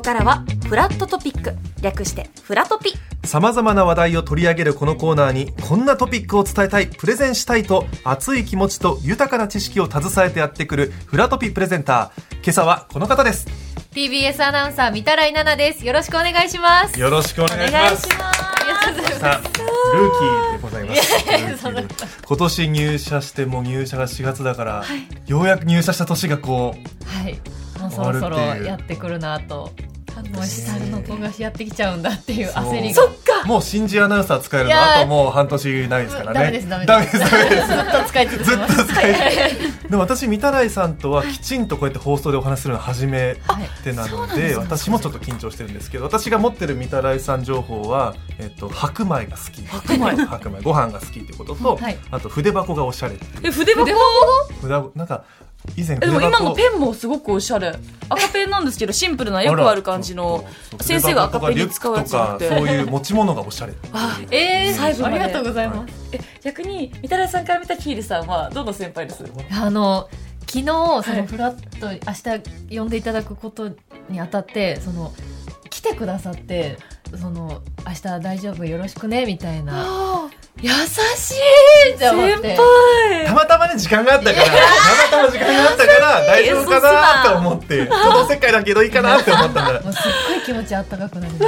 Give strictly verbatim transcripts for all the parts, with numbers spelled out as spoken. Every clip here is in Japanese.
からはフラットトピック、略してフラトピ。 様々な話題を取り上げるこのコーナーに、こんなトピックを伝えたい、プレゼンしたいと熱い気持ちと豊かな知識を携えてやってくるフラトピプレゼンター。今朝はこの方です。 ティービーエス アナウンサー御手洗奈々です。よろしくお願いします。 よろしくお願いします。 お願いします。ありがとうございます。 さあ、ルーキーでございます。 いやいやそんな今年入社してもう入社がしがつだから、 はい、 ようやく入社した年がこう、 はい、もうそろそろやってくるなと、もう下の子がやってきちゃうんだっていう焦りが。 そっか、 もう新人アナウンサー使えるのあともう半年ないですからね。 ダメですダメです。 ダメです。 ずっと使い続けます。 ずっと使い続けでも私御手洗さんとはきちんとこうやって放送でお話しするのは初めてなので、はい、私もちょっと緊張してるんですけど、私が持ってる御手洗さん情報は、えっと、白米が好き、 白米白米ご飯が好きってことと、はい、あと筆箱がおしゃれっていう。 え、筆箱筆箱なんか以前でも今のペンもすごくおしゃれ、赤ペンなんですけどシンプルなよくある感じの、先生が赤ペンに使うやつじゃなくて、 そういう持ち物がおしゃれあ、えー、最後までありがとうございます、はい、 え逆に御手洗さんから見たキーリさんはどの先輩です？ あの昨日そのフラッと明日呼んでいただくことにあたってその来てくださって、その明日大丈夫よろしくねみたいな、優しいって思って、 先輩たまたまね時間があったからたまたま時間があったから大丈夫かなと思って、ちょっとおせっかいだけどいいかなって思ったんだ。 もうすっごい気持ちあったかくなりました。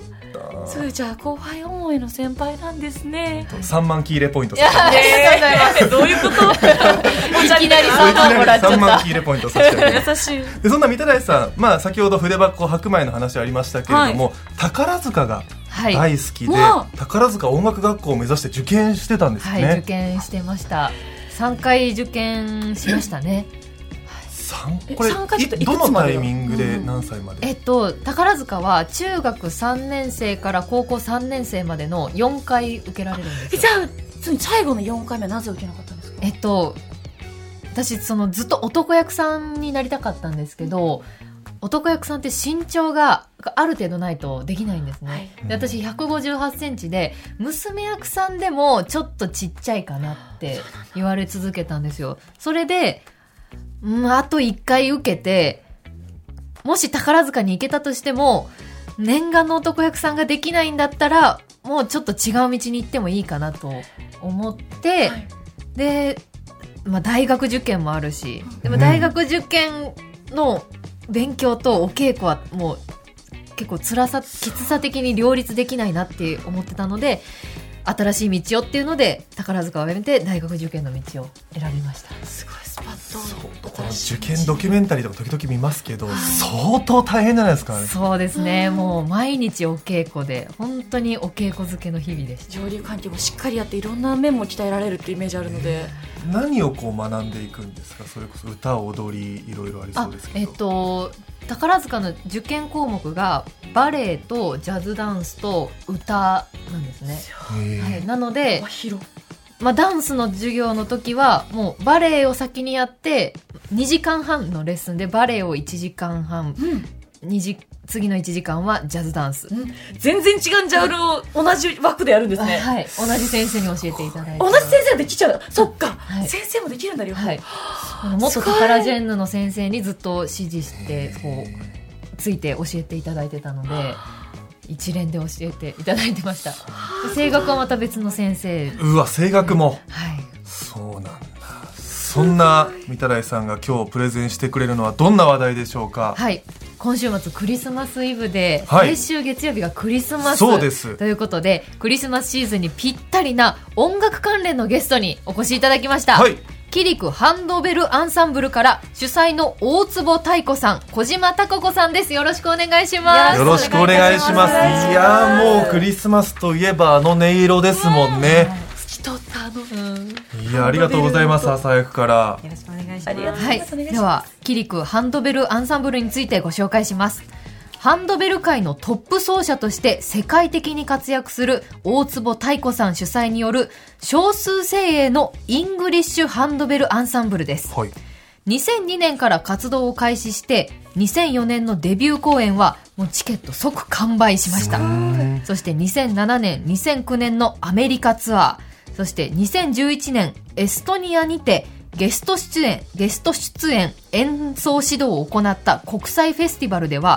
すごい、じゃあ後輩思いの先輩なんですね。 さんまんキーレポイント。 いや、ありがとうございます。 どういうこといきなりさんまんもらっちゃった。 さんまんキーレポイントさせてあげる。 優しい。 でそんな御手洗さん、まあ、先ほど筆箱白米の話ありましたけれども、はい、宝塚が大好きで、はい、宝塚音楽学校を目指して受験してたんですね。 はい、受験してました。さんかい受験しましたね。 これどのタイミングで何歳まで、 うん、えっと宝塚は中学さんねん生から高校さんねん生までのよんかい受けられるんですよ。 じゃあ最後のよんかいめはなぜ受けなかったんですか？ えっと私そのずっと男役さんになりたかったんですけど、男役さんって身長がある程度ないとできないんですね、はい、で私ひゃくごじゅうはちセンチで娘役さんでもちょっとちっちゃいかなって言われ続けたんですよ。それでうん、あといっかい受けて、もし宝塚に行けたとしても念願の男役さんができないんだったらもうちょっと違う道に行ってもいいかなと思って、はい、で、まあ、大学受験もあるし、でも大学受験の勉強とお稽古はもう結構辛さきつさ的に両立できないなって思ってたので、新しい道をっていうので宝塚をやめて大学受験の道を選びました。 すごいスパッと。 そうこの受験ドキュメンタリーとか時々見ますけど、はい、相当大変じゃないですかね。 そうですね、もう毎日お稽古で本当にお稽古漬けの日々でした。 上流関係もしっかりやっていろんな面も鍛えられるっていうイメージあるので、 何をこう学んでいくんですか？それこそ歌踊りいろいろありそうですけど。 えっと宝塚の受験項目がバレエとジャズダンスと歌なんですね、はい、なので、まあ、ダンスの授業の時はもうバレエを先にやってにじかんはんのレッスンでバレエをいちじかんはん、うん、にじ次のいちじかんはジャズダンス、うん、 全然違うジャンルを同じ枠でやるんですね。 はい、同じ先生に教えていただいて。 同じ先生ができちゃう。そっか、はい、先生もできるんだよ、はい、 元タカラジェンヌの先生にずっと指示してこうついて教えていただいてたので一連で教えていただいてました。声楽はまた別の先生。 うわ、声楽も、 はい、 そうなんだ。そんな御手洗さんが今日プレゼンしてくれるのはどんな話題でしょうか？ はい、今週末クリスマスイブで、 はい、 来週月曜日がクリスマスそうですということで、クリスマスシーズンにぴったりな音楽関連のゲストにお越しいただきました、 はい、 キリクハンドベルアンサンブルから主催の大坪太子さん、小島貴子さんです。よろしくお願いします。 よろしくお願いします。いやもうクリスマスといえばあの音色ですもんね。 透き通ったあの、うん、 いやありがとうございます。朝早くからよろしくお願いします。 はい、ではキリクハンドベルアンサンブルについてご紹介します。ハンドベル界のトップ奏者として世界的に活躍する大坪太子さん主催による少数精鋭のイングリッシュハンドベルアンサンブルです、はい、にせんにねんから活動を開始してにせんよねんのデビュー公演はもうチケット即完売しました。そしてにせんななねんにせんきゅうねんのアメリカツアー、そしてにせんじゅういちねんエストニアにてゲスト出演ゲスト出演演奏指導を行った国際フェスティバルでは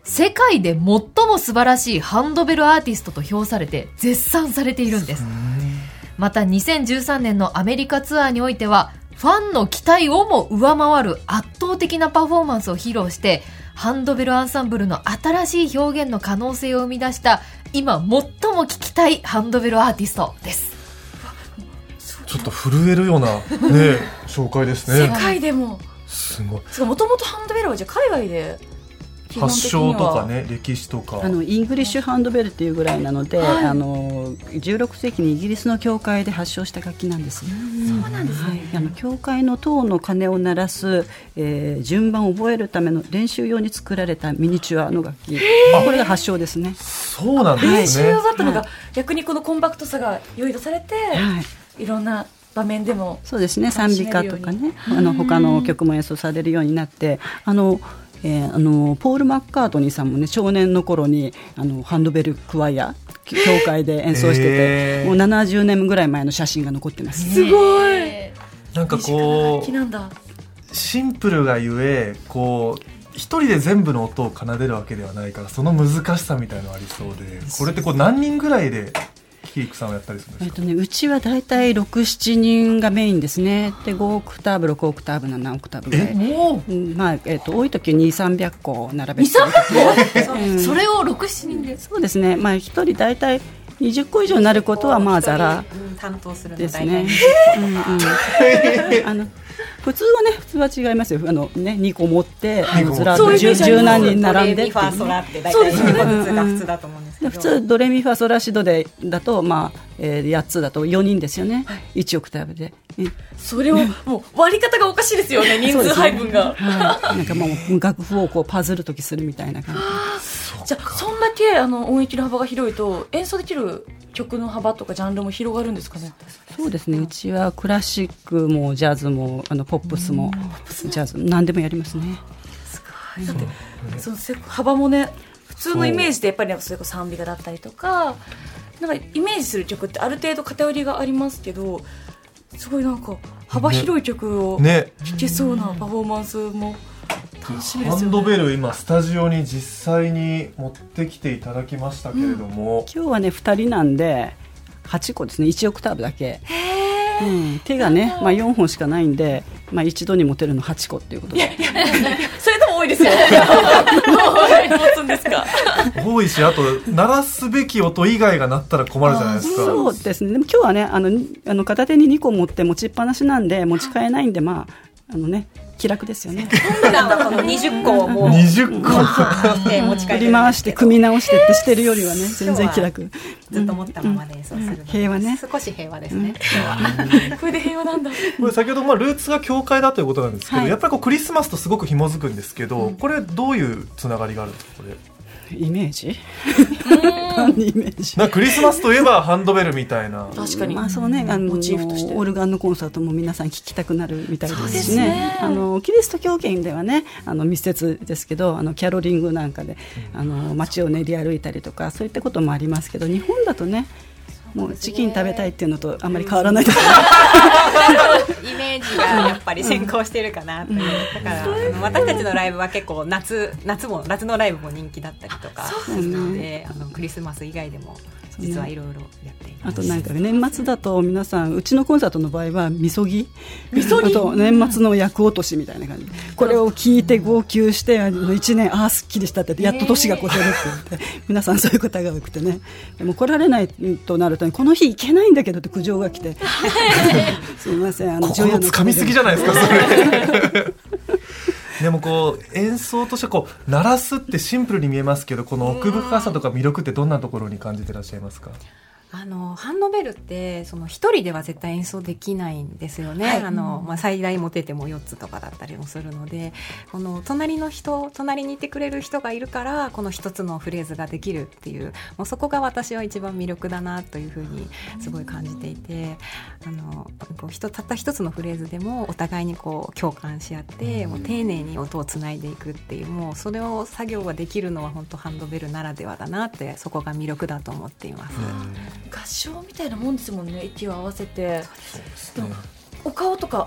世界で最も素晴らしいハンドベルアーティストと評されて絶賛されているんです。またにせんじゅうさんねんのアメリカツアーにおいてはファンの期待をも上回る圧倒的なパフォーマンスを披露してハンドベルアンサンブルの新しい表現の可能性を生み出した今最も聞きたいハンドベルアーティストです。 ちょっと震えるような、ね、紹介ですね。 世界でもすごい。 もともとハンドベルはじゃあ海外で発祥とかね、歴史とかあのイングリッシュハンドベルっていうぐらいなので、はい、あのじゅうろくせいきにイギリスの教会で発祥した楽器なんですね。 そうなんですね、 はい、あの教会の塔の鐘を鳴らす、えー、順番を覚えるための練習用に作られたミニチュアの楽器、これが発祥ですね。 そうなんですね。 練習用だったのが、はい、逆にこのコンパクトさが良いとされて、はい、いろんな場面でもそうですね、賛美歌とかね、あの他の曲も演奏されるようになって、あのえー、あのポール・マッカートニーさんもね、少年の頃にあのハンドベルクワイア教会で演奏してて、もうななじゅうねんぐらい前の写真が残ってます。 すごい。 なんかこうシンプルがゆえこう一人で全部の音を奏でるわけではないから、その難しさみたいなのがありそうで、これってこう何人ぐらいでキークさんはやったりするんですか？ えっとね、うちはだいたいろく、しちにんがメインですね。でごオクターブ、ろくオクターブ、ななオクターブぐらい、うん、まあえっと、多い時はにせんさんびゃっこ並べて、 にせんさんびゃっこ、 うん、それをろく、しちにんで。 そうですね、まあ、ひとりだいたいにじゅっこ以上になることはまあザラ担当するのですね。うんうん、あの普通はね、普通は違いますよ。あの、ね、にこ持ってずらっと十何人並んでって、ね、 ドレミファソラって大体にこずつが普通だと思うんですけど、 普通ドレミファソラシドでだと、まあえー、やっつだとよにんですよね、はい、いちオクターブで、うん、 それをもう割り方がおかしいですよね、人数配分が、ね、 はい、なんかもう楽譜をこうパズル解きするみたいな感じ。 じゃあそんだけあの音域の幅が広いと演奏できる曲の幅とかジャンルも広がるんですかね？ そうですね、うちはクラシックもジャズもあのポップスもジャズ何でもやりますね。 すごい。だってその幅もね、普通のイメージでやっぱりそれこそ賛美歌だったりとか、なんかイメージする曲ってある程度偏りがありますけど、すごいなんか幅広い曲を聴けそうなパフォーマンスも楽しみですよね。 ハンドベル今スタジオに実際に持ってきていただきましたけれども、うん、 今日はねふたりなんではちこですね、いちオクターブだけ、うん、手がね、まあ、よんほんしかないんで、まあ、一度に持てるのはちこっていうことで。 いやいやそれでも多いですよ持つんですか？ 多いし、あと鳴らすべき音以外が鳴ったら困るじゃないですか。 そうですね。でも今日はね、あのあの片手ににこ持って持ちっぱなしなんで持ち替えないんで、まああのね気楽ですよね。 普段はこのにじゅっこをもうにじゅっこ持ち替え振り回して組み直してってしてるよりはね、全然気楽。 ずっと持ったままで演奏するので、うん、 平和ね。 少し平和ですね。 うん、これで平和なんだ。 これ先ほどまあルーツが教会だということなんですけど、はい、やっぱりこうクリスマスとすごく紐づくんですけど、うん、これどういうつながりがあるんですか？これイメージイメージなクリスマスといえばハンドベルみたいな。 確かに、 まあそうね、あのモチーフとしてオルガンのコンサートも皆さん聴きたくなるみたいですしね, ね, あのキリスト教圏ではね、あの密接ですけど、あのキャロリングなんかで、うん、あの街を練り歩いたりとかそういったこともありますけど、日本だとねもうチキン食べたいっていうのとあんまり変わらないですね、 うん、イメージがやっぱり先行してるかなという、うん、だから、うん、私たちのライブは結構 夏, 夏, も夏のライブも人気だったりとかするので、あのクリスマス以外でも実はいろいろやっています。 あとなんか年末だと皆さん、うちのコンサートの場合はみそぎ、 みそぎ、 あと年末の厄落としみたいな感じ、これを聞いて号泣してあのいちねんああすっきりしたってやっと年が越せるって言って、皆さんそういう方が多くてね、でも来られないとなるとこの日行けないんだけどって苦情が来てすみません、あの心つかみすぎじゃないですかそれでもこう演奏としてこう鳴らすってシンプルに見えますけど、この奥深さとか魅力ってどんなところに感じてらっしゃいますか？ あのハンドベルってその一人では絶対演奏できないんですよね、はい、あのまあ、最大持ててもよっつとかだったりもするので、この隣の人隣にいてくれる人がいるからこの一つのフレーズができるっていう、もうそこが私は一番魅力だなというふうにすごい感じていて、あのこう人たった一つのフレーズでもお互いにこう共感し合ってもう丁寧に音をつないでいくっていう、もうそれを作業ができるのは本当ハンドベルならではだなって、そこが魅力だと思っています。 合唱みたいなもんですもんね、息を合わせて。でもお顔とか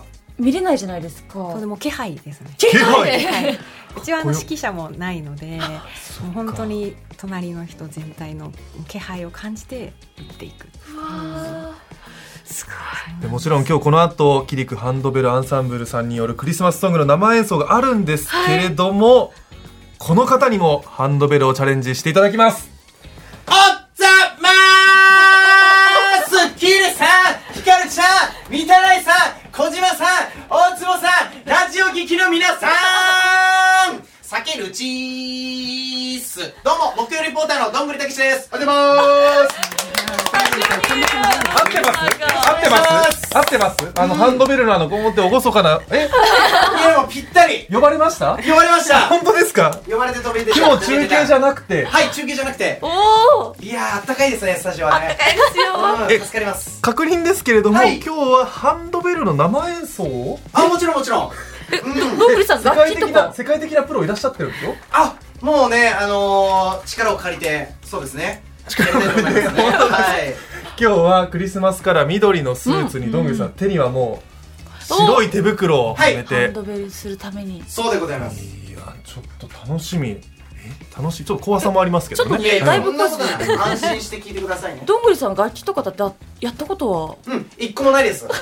見れないじゃないですか。 そうでも気配ですね。 気配はい、うちはあの指揮者もないので、もう本当に隣の人全体の気配を感じて打っていく。 すごい。 でもちろん今日この後キリクハンドベルアンサンブルさんによるクリスマスソングの生演奏があるんですけれども、はい、この方にもハンドベルをチャレンジしていただきます。 おっざまーす、キルさん、ヒカルちゃん、御手洗さん、小島さん、大坪さん、ラジオ聞きの皆さん、避けるチース。どうも木曜リポーターのどんぐりたけしです。おはようございます。 合ってます合ってます合ってますあの、うん、ハンドベルのあのゴンって厳かなえいやもうぴったり呼ばれました呼ばれました本当ですか。 呼ばれて飛び出て今日中継じゃなくてはい中継じゃなくておーいやーあったかいですねスタジオはねあったかいですよ、 うん、助かります。 確認ですけれども、はい、今日はハンドベルの生演奏をあもちろんもちろんえ、うん、どんぐりさん楽器とか世界的なプロいらっしゃってるんですよ。 あもうねあのー、力を借りてそうですね力を借りて、ね、はい今日はクリスマスから緑のスーツにどんぐりさん、うん、手にはもう白い手袋をはめて、 はい、ハンドベルするためにそうでございます。 いやちょっと楽しみ。え楽しいちょっと怖さもありますけどね。 ちょっとねだいぶ怖さ安心して聞いてくださいね。 どんぐりさん楽器とかだってやったことはうん一個もないです。うん、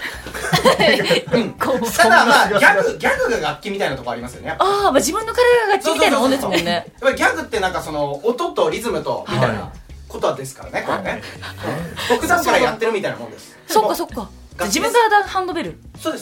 ただまあギャグギャグが楽器みたいなとこありますよね。 ああ、まあ、自分の体が楽器みたいなもんですもんね。 やっぱりギャグってなんかその音とリズムとみたいなことですからね、これね。僕だからやってるみたいなもんです。 そっかそっか。自分がハンドベル。 そうです。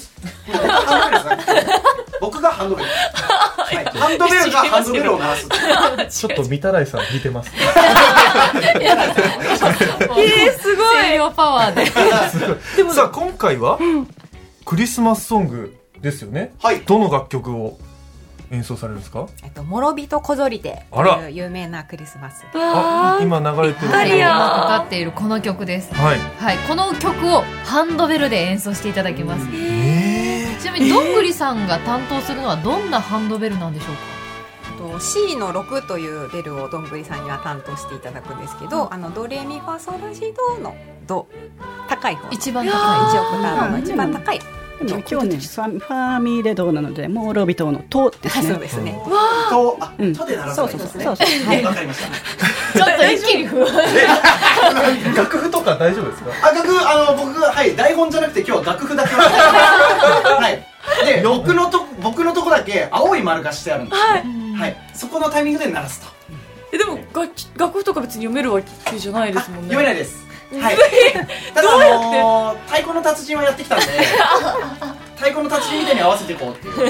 僕がハンドベル。ハンドベルがハンドベルを鳴らす。 ちょっと御手洗さん弾いてます。 えー、すごい。 声量パワーで。 さあ今回はクリスマスソングですよね。 はい。 どの楽曲を演奏されるんですか。 えっと諸人こぞりてという有名なクリスマス。 あ今流れてる。 かかっているこの曲です。 はい。 はいこの曲をハンドベルで演奏していただきます。えー、ちなみにどんぐりさんが担当するのはどんなハンドベルなんでしょうか。 シー のろくというベルをどんぐりさんには担当していただくんですけど、うん、あのドレミファソラシドのド高い方一番高いいちオクターブの一番高い。 でも今日ねファ、ファミレドなのでもうロビトのトですね。 そうですね。 トあトで鳴らすんですね。 そうそうそう。 はいわかりました。 ちょっと一気に不安。 楽譜とか大丈夫ですか。 あ楽譜あの僕はい台本じゃなくて今日は楽譜だけはい。で僕のと僕のとこだけ青い丸がしてあるんですね。はい。そこのタイミングで鳴らすと。 えでも楽器楽譜とか別に読めるわけじゃないですもんね。 読めないです。はい。ただあの太鼓の達人はやってきたんで、太鼓の達人みたいに合わせていこうっていう。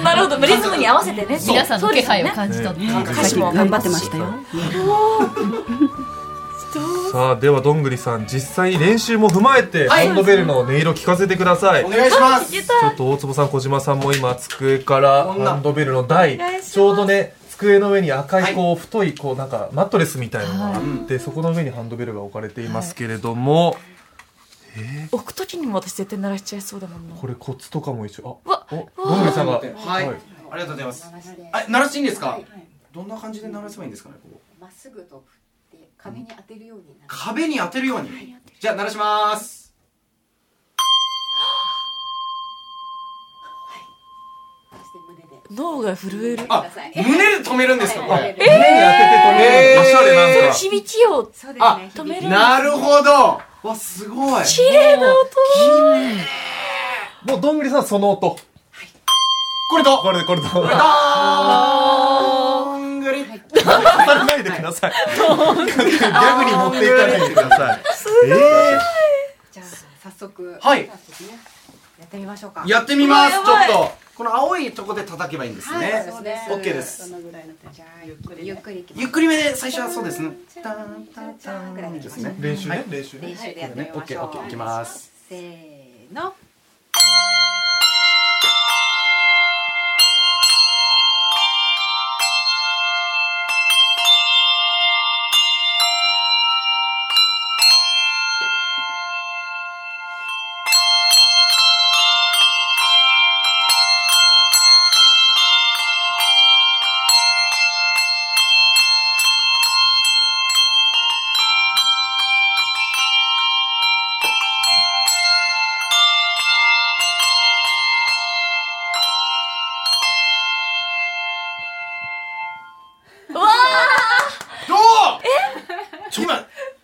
なるほど。リズムに合わせてね。 皆さんの気配を感じ取って。 歌詞も頑張ってましたよ。 さあではどんぐりさん実際に練習も踏まえてハンドベルの音色聞かせてください。 お願いします。 ちょっと大坪さん小島さんも今机からハンドベルの台ちょうどね机の上に赤いこう太いこうなんかマットレスみたいなのがあってそこの上にハンドベルが置かれていますけれども、 えー、置くときにも私絶対鳴らしちゃいそうだもんな。 これコツとかも一緒。 あおどんぐりさんがはい、 はい、ありがとうございます。あ鳴らしていいんですか。はい、どんな感じで鳴らせばいいんですかね。こうまっすぐと振って壁に当てるようになる。 壁に当てるように、はい、じゃあ鳴らします。 脳が震える。 あ、胸で止めるんですかこれ。 胸に当てて止める。おしゃれなんか。 響きを止める。なるほど。わすごい。 綺麗な音。 もうどんぐりさんその音。 これとこれでこれと。 どんぐり。 刺されないでください。ギャグに持っていかないでください。 すごい。じゃあ早速。 はい。 やってみましょうか。 やってみます。ちょっと。この青いとこで叩けばいいんですね。 はい、そうです。 オッケーです。 じゃあゆっくりゆっくりゆっくりめで最初はそうですね。タンタンタンぐらいですね。 練習ね練習練習でやってみましょう。 オッケーオッケーいきます。 せーの。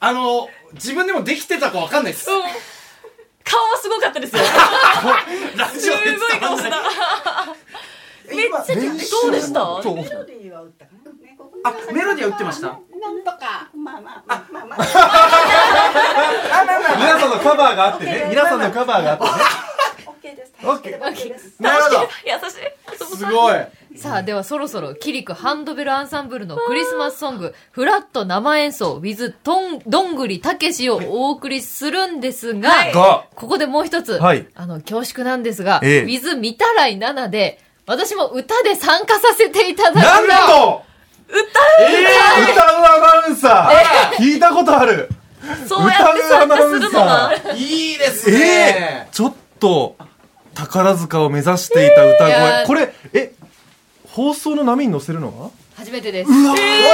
あの自分でもできてたかわかんないです、 うん、顔はすごかったですよラジオで伝すごい顔わんないしてためっちゃどうでしたそうメロディーは打ったかな、ね、ここあメロディーは打ってました。 なんとかまあまあまあまあまあ皆さんのカバーがあってね、皆さんのカバーがあってね。 オッケーです。 オッケーです。 なるほど、 優しいすごい。 さあではそろそろキリクハンドベルアンサンブルのクリスマスソングフラット生演奏 with トンどんぐりたけしをお送りするんですが、 はいがここでもう一つ、 はい、 あの恐縮なんですが、 ええ、 with みたらいななで私も歌で参加させていただくなんと歌う、 えー、歌うアナウンサー、聞いたことある。 そうやって参加するのがいいですね、 えー、ちょっと宝塚を目指していた歌声、これえ放送の波に乗せるのは初めてです。 うわ、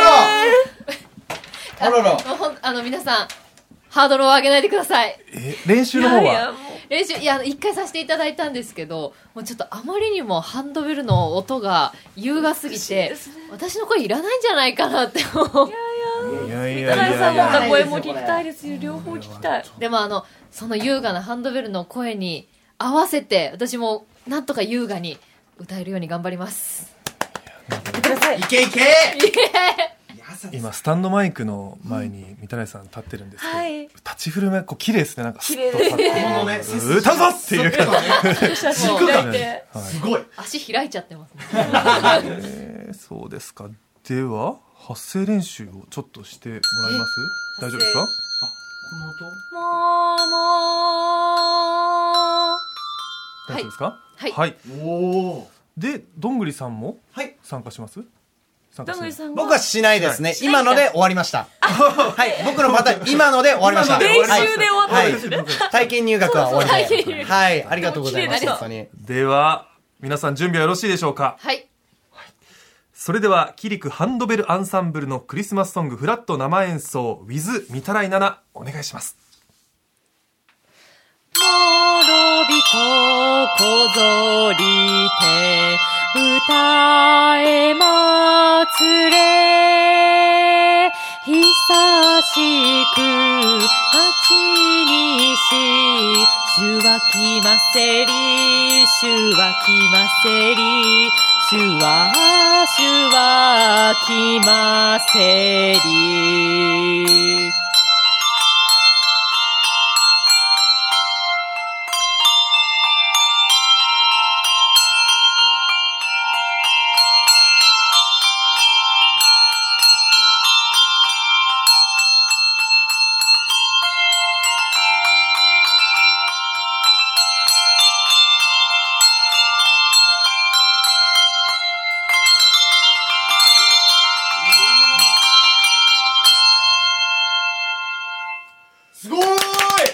あらあらら、 ほんあの皆さんハードルを上げないでください。 え練習の方はいやいやもう練習いや一回させていただいたんですけど、もうちょっとあまりにもハンドベルの音が優雅すぎて、私の声いらないんじゃないかなって思う。 いやい三やいや田さんのいや、 歌声も聞きたいですよ、両方聞きたい。 でもあのその優雅なハンドベルの声に合わせて私もなんとか優雅に歌えるように頑張ります。 いけいけ。 今スタンドマイクの前に三田内さん立ってるんですけど、 はい立ち振る舞いこう綺麗ですね、なんかスッと綺麗立ってこのね歌うぞっていう感じ。 写真開いてはいすごい。 足開いちゃってますね。 えーそうですか。では発声練習をちょっとしてもらいます。大丈夫ですか？ この音。 もーも大丈夫ですか？ はいはい。 おお。 でどんぐりさんもはい。 参加します？参ーど加しないんぐりさんは僕はしないですね。 しない今ので終わりました。はい。僕のまた今ので終わりました。 練習で終わったはいんですね。 体験入学は終わりそうそう体験入で。 学はい。ありがとうございます。 綺麗本当に。 では皆さん準備はよろしいでしょうか？ はいそれではキリクハンドベルアンサンブルのクリスマスソングフラット生演奏 with みたらいななお願いします。 もろびとこぞりて歌えまつれ久しく待ちにし主は来ませり主は来ませり主は主は来ませりすごーい。すごい。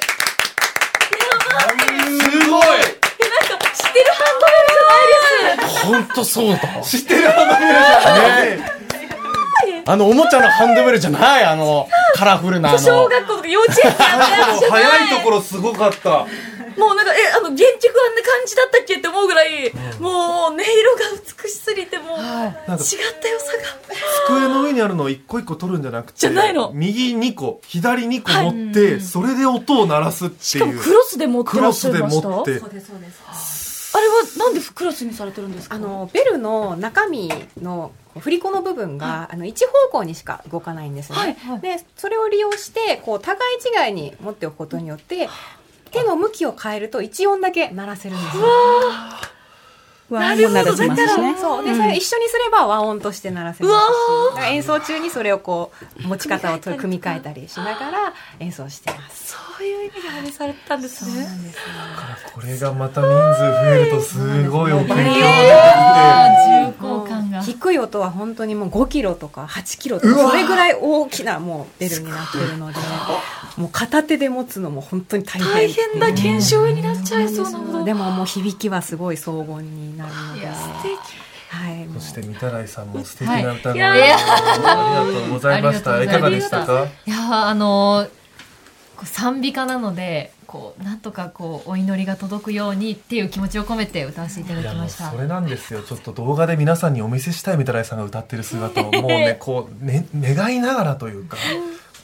知ってるハンドベルじゃないです。 本当そうだ。 知ってるハンドベルじゃない。 あのおもちゃのハンドベルじゃない、あのカラフルなあの。 小学校とか幼稚園でやったやつじゃない。 早いところすごかった。 もうなんか、え、あの、原曲あんな感じだったっけって思うぐらい、もう音色が美しすぎて、もう、違った良さが。 机の上にあるのを一個一個取るんじゃなくて、 じゃないの右にこ左にこ持って、それで音を鳴らすっていう。 しかもクロスで持ってらっしゃいました。 クロスで持ってそうですそうです。 あれはなんでクロスにされてるんですか？ あのベルの中身の振り子の部分が、あの一方向にしか動かないんですよね、 はいはいでそれを利用してこう互い違いに持っておくことによって手の向きを変えると一音だけ鳴らせるんですよ。 和音も鳴らしますしね。 そうで、それを一緒にすれば和音として鳴らせますし、だから演奏中にそれをこう持ち方を組み替えたりしながら演奏してます。 そういう意味であれされてたんですね。 これがまた人数増えるとすごい奥行きが出てきて、 重厚感が低い音は本当にもうごキロとかはちキロとかそれぐらい大きなもうベルになってるので、もう片手で持つのも本当に大変。 大変だ、腱鞘炎になっちゃいそうなほど。 でももう響きはすごい荘厳になるので、 素敵。 はい、 そして御手洗さんも素敵な歌声、 はいいやありがとうございました。 ありがとうございましたいかがでしたか？ いやーあのーこう賛美歌なのでこうなんとかこうお祈りが届くようにっていう気持ちを込めて歌わせていただいやもうきましたそれなんですよ。ちょっと動画で皆さんにお見せしたい御手洗さんが歌ってる姿をもうねこうね願いながらというか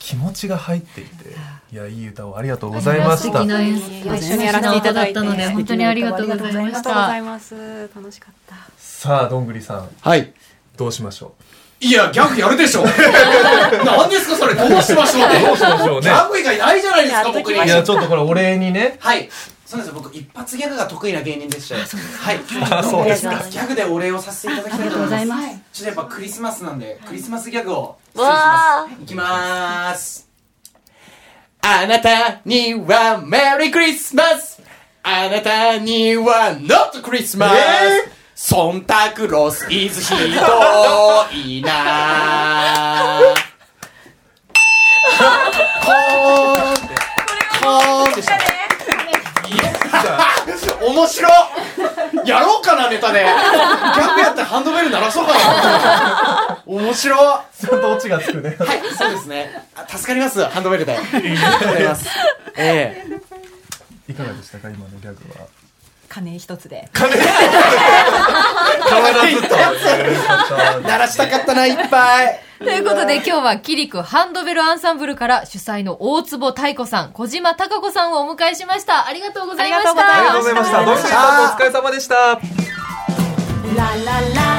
気持ちが入っていて、いやいい歌をありがとうございました。 素敵な演奏、 一緒にやらせていただいて、 ので本当にありがとうございました。 ありがとうございます。楽しかった。 さあどんぐりさん、 はいどうしましょいやギャグやるでしょ何ですかそれ、どうしましょうねうどうしましょうね。 ギャグ以外ないじゃないですか僕に。 いやちょっとこれお礼にね。 はいそうです、僕一発ギャグが得意な芸人でして、はいあそうですか。 ギャグでお礼をさせていただきたいと思います。 ありがとうございます。 ちょっとやっぱクリスマスなんでクリスマスギャグを失礼しわまーす。いきまーす。あなたにはメリークリスマス、あなたにはノットクリスマス、ソンタクロスイズひどいなコーンコーンでしたね。面白やろうかなネタでギャグやってハンドベル鳴らそうかな面白ちゃんとオチがつくね。 はいそうですね、助かりますハンドベルで。ありがとうございます。えいかがでしたか今のギャグは。 鐘一つで変わらずとえ鳴らしたかったないっぱい。 ということで今日はキリクハンドベルアンサンブルから主催の大坪太子さん、小島貴子さんをお迎えしました。ありがとうございました。 ありがとうございました。どんぐりさんもお疲れ様でした。 ラララ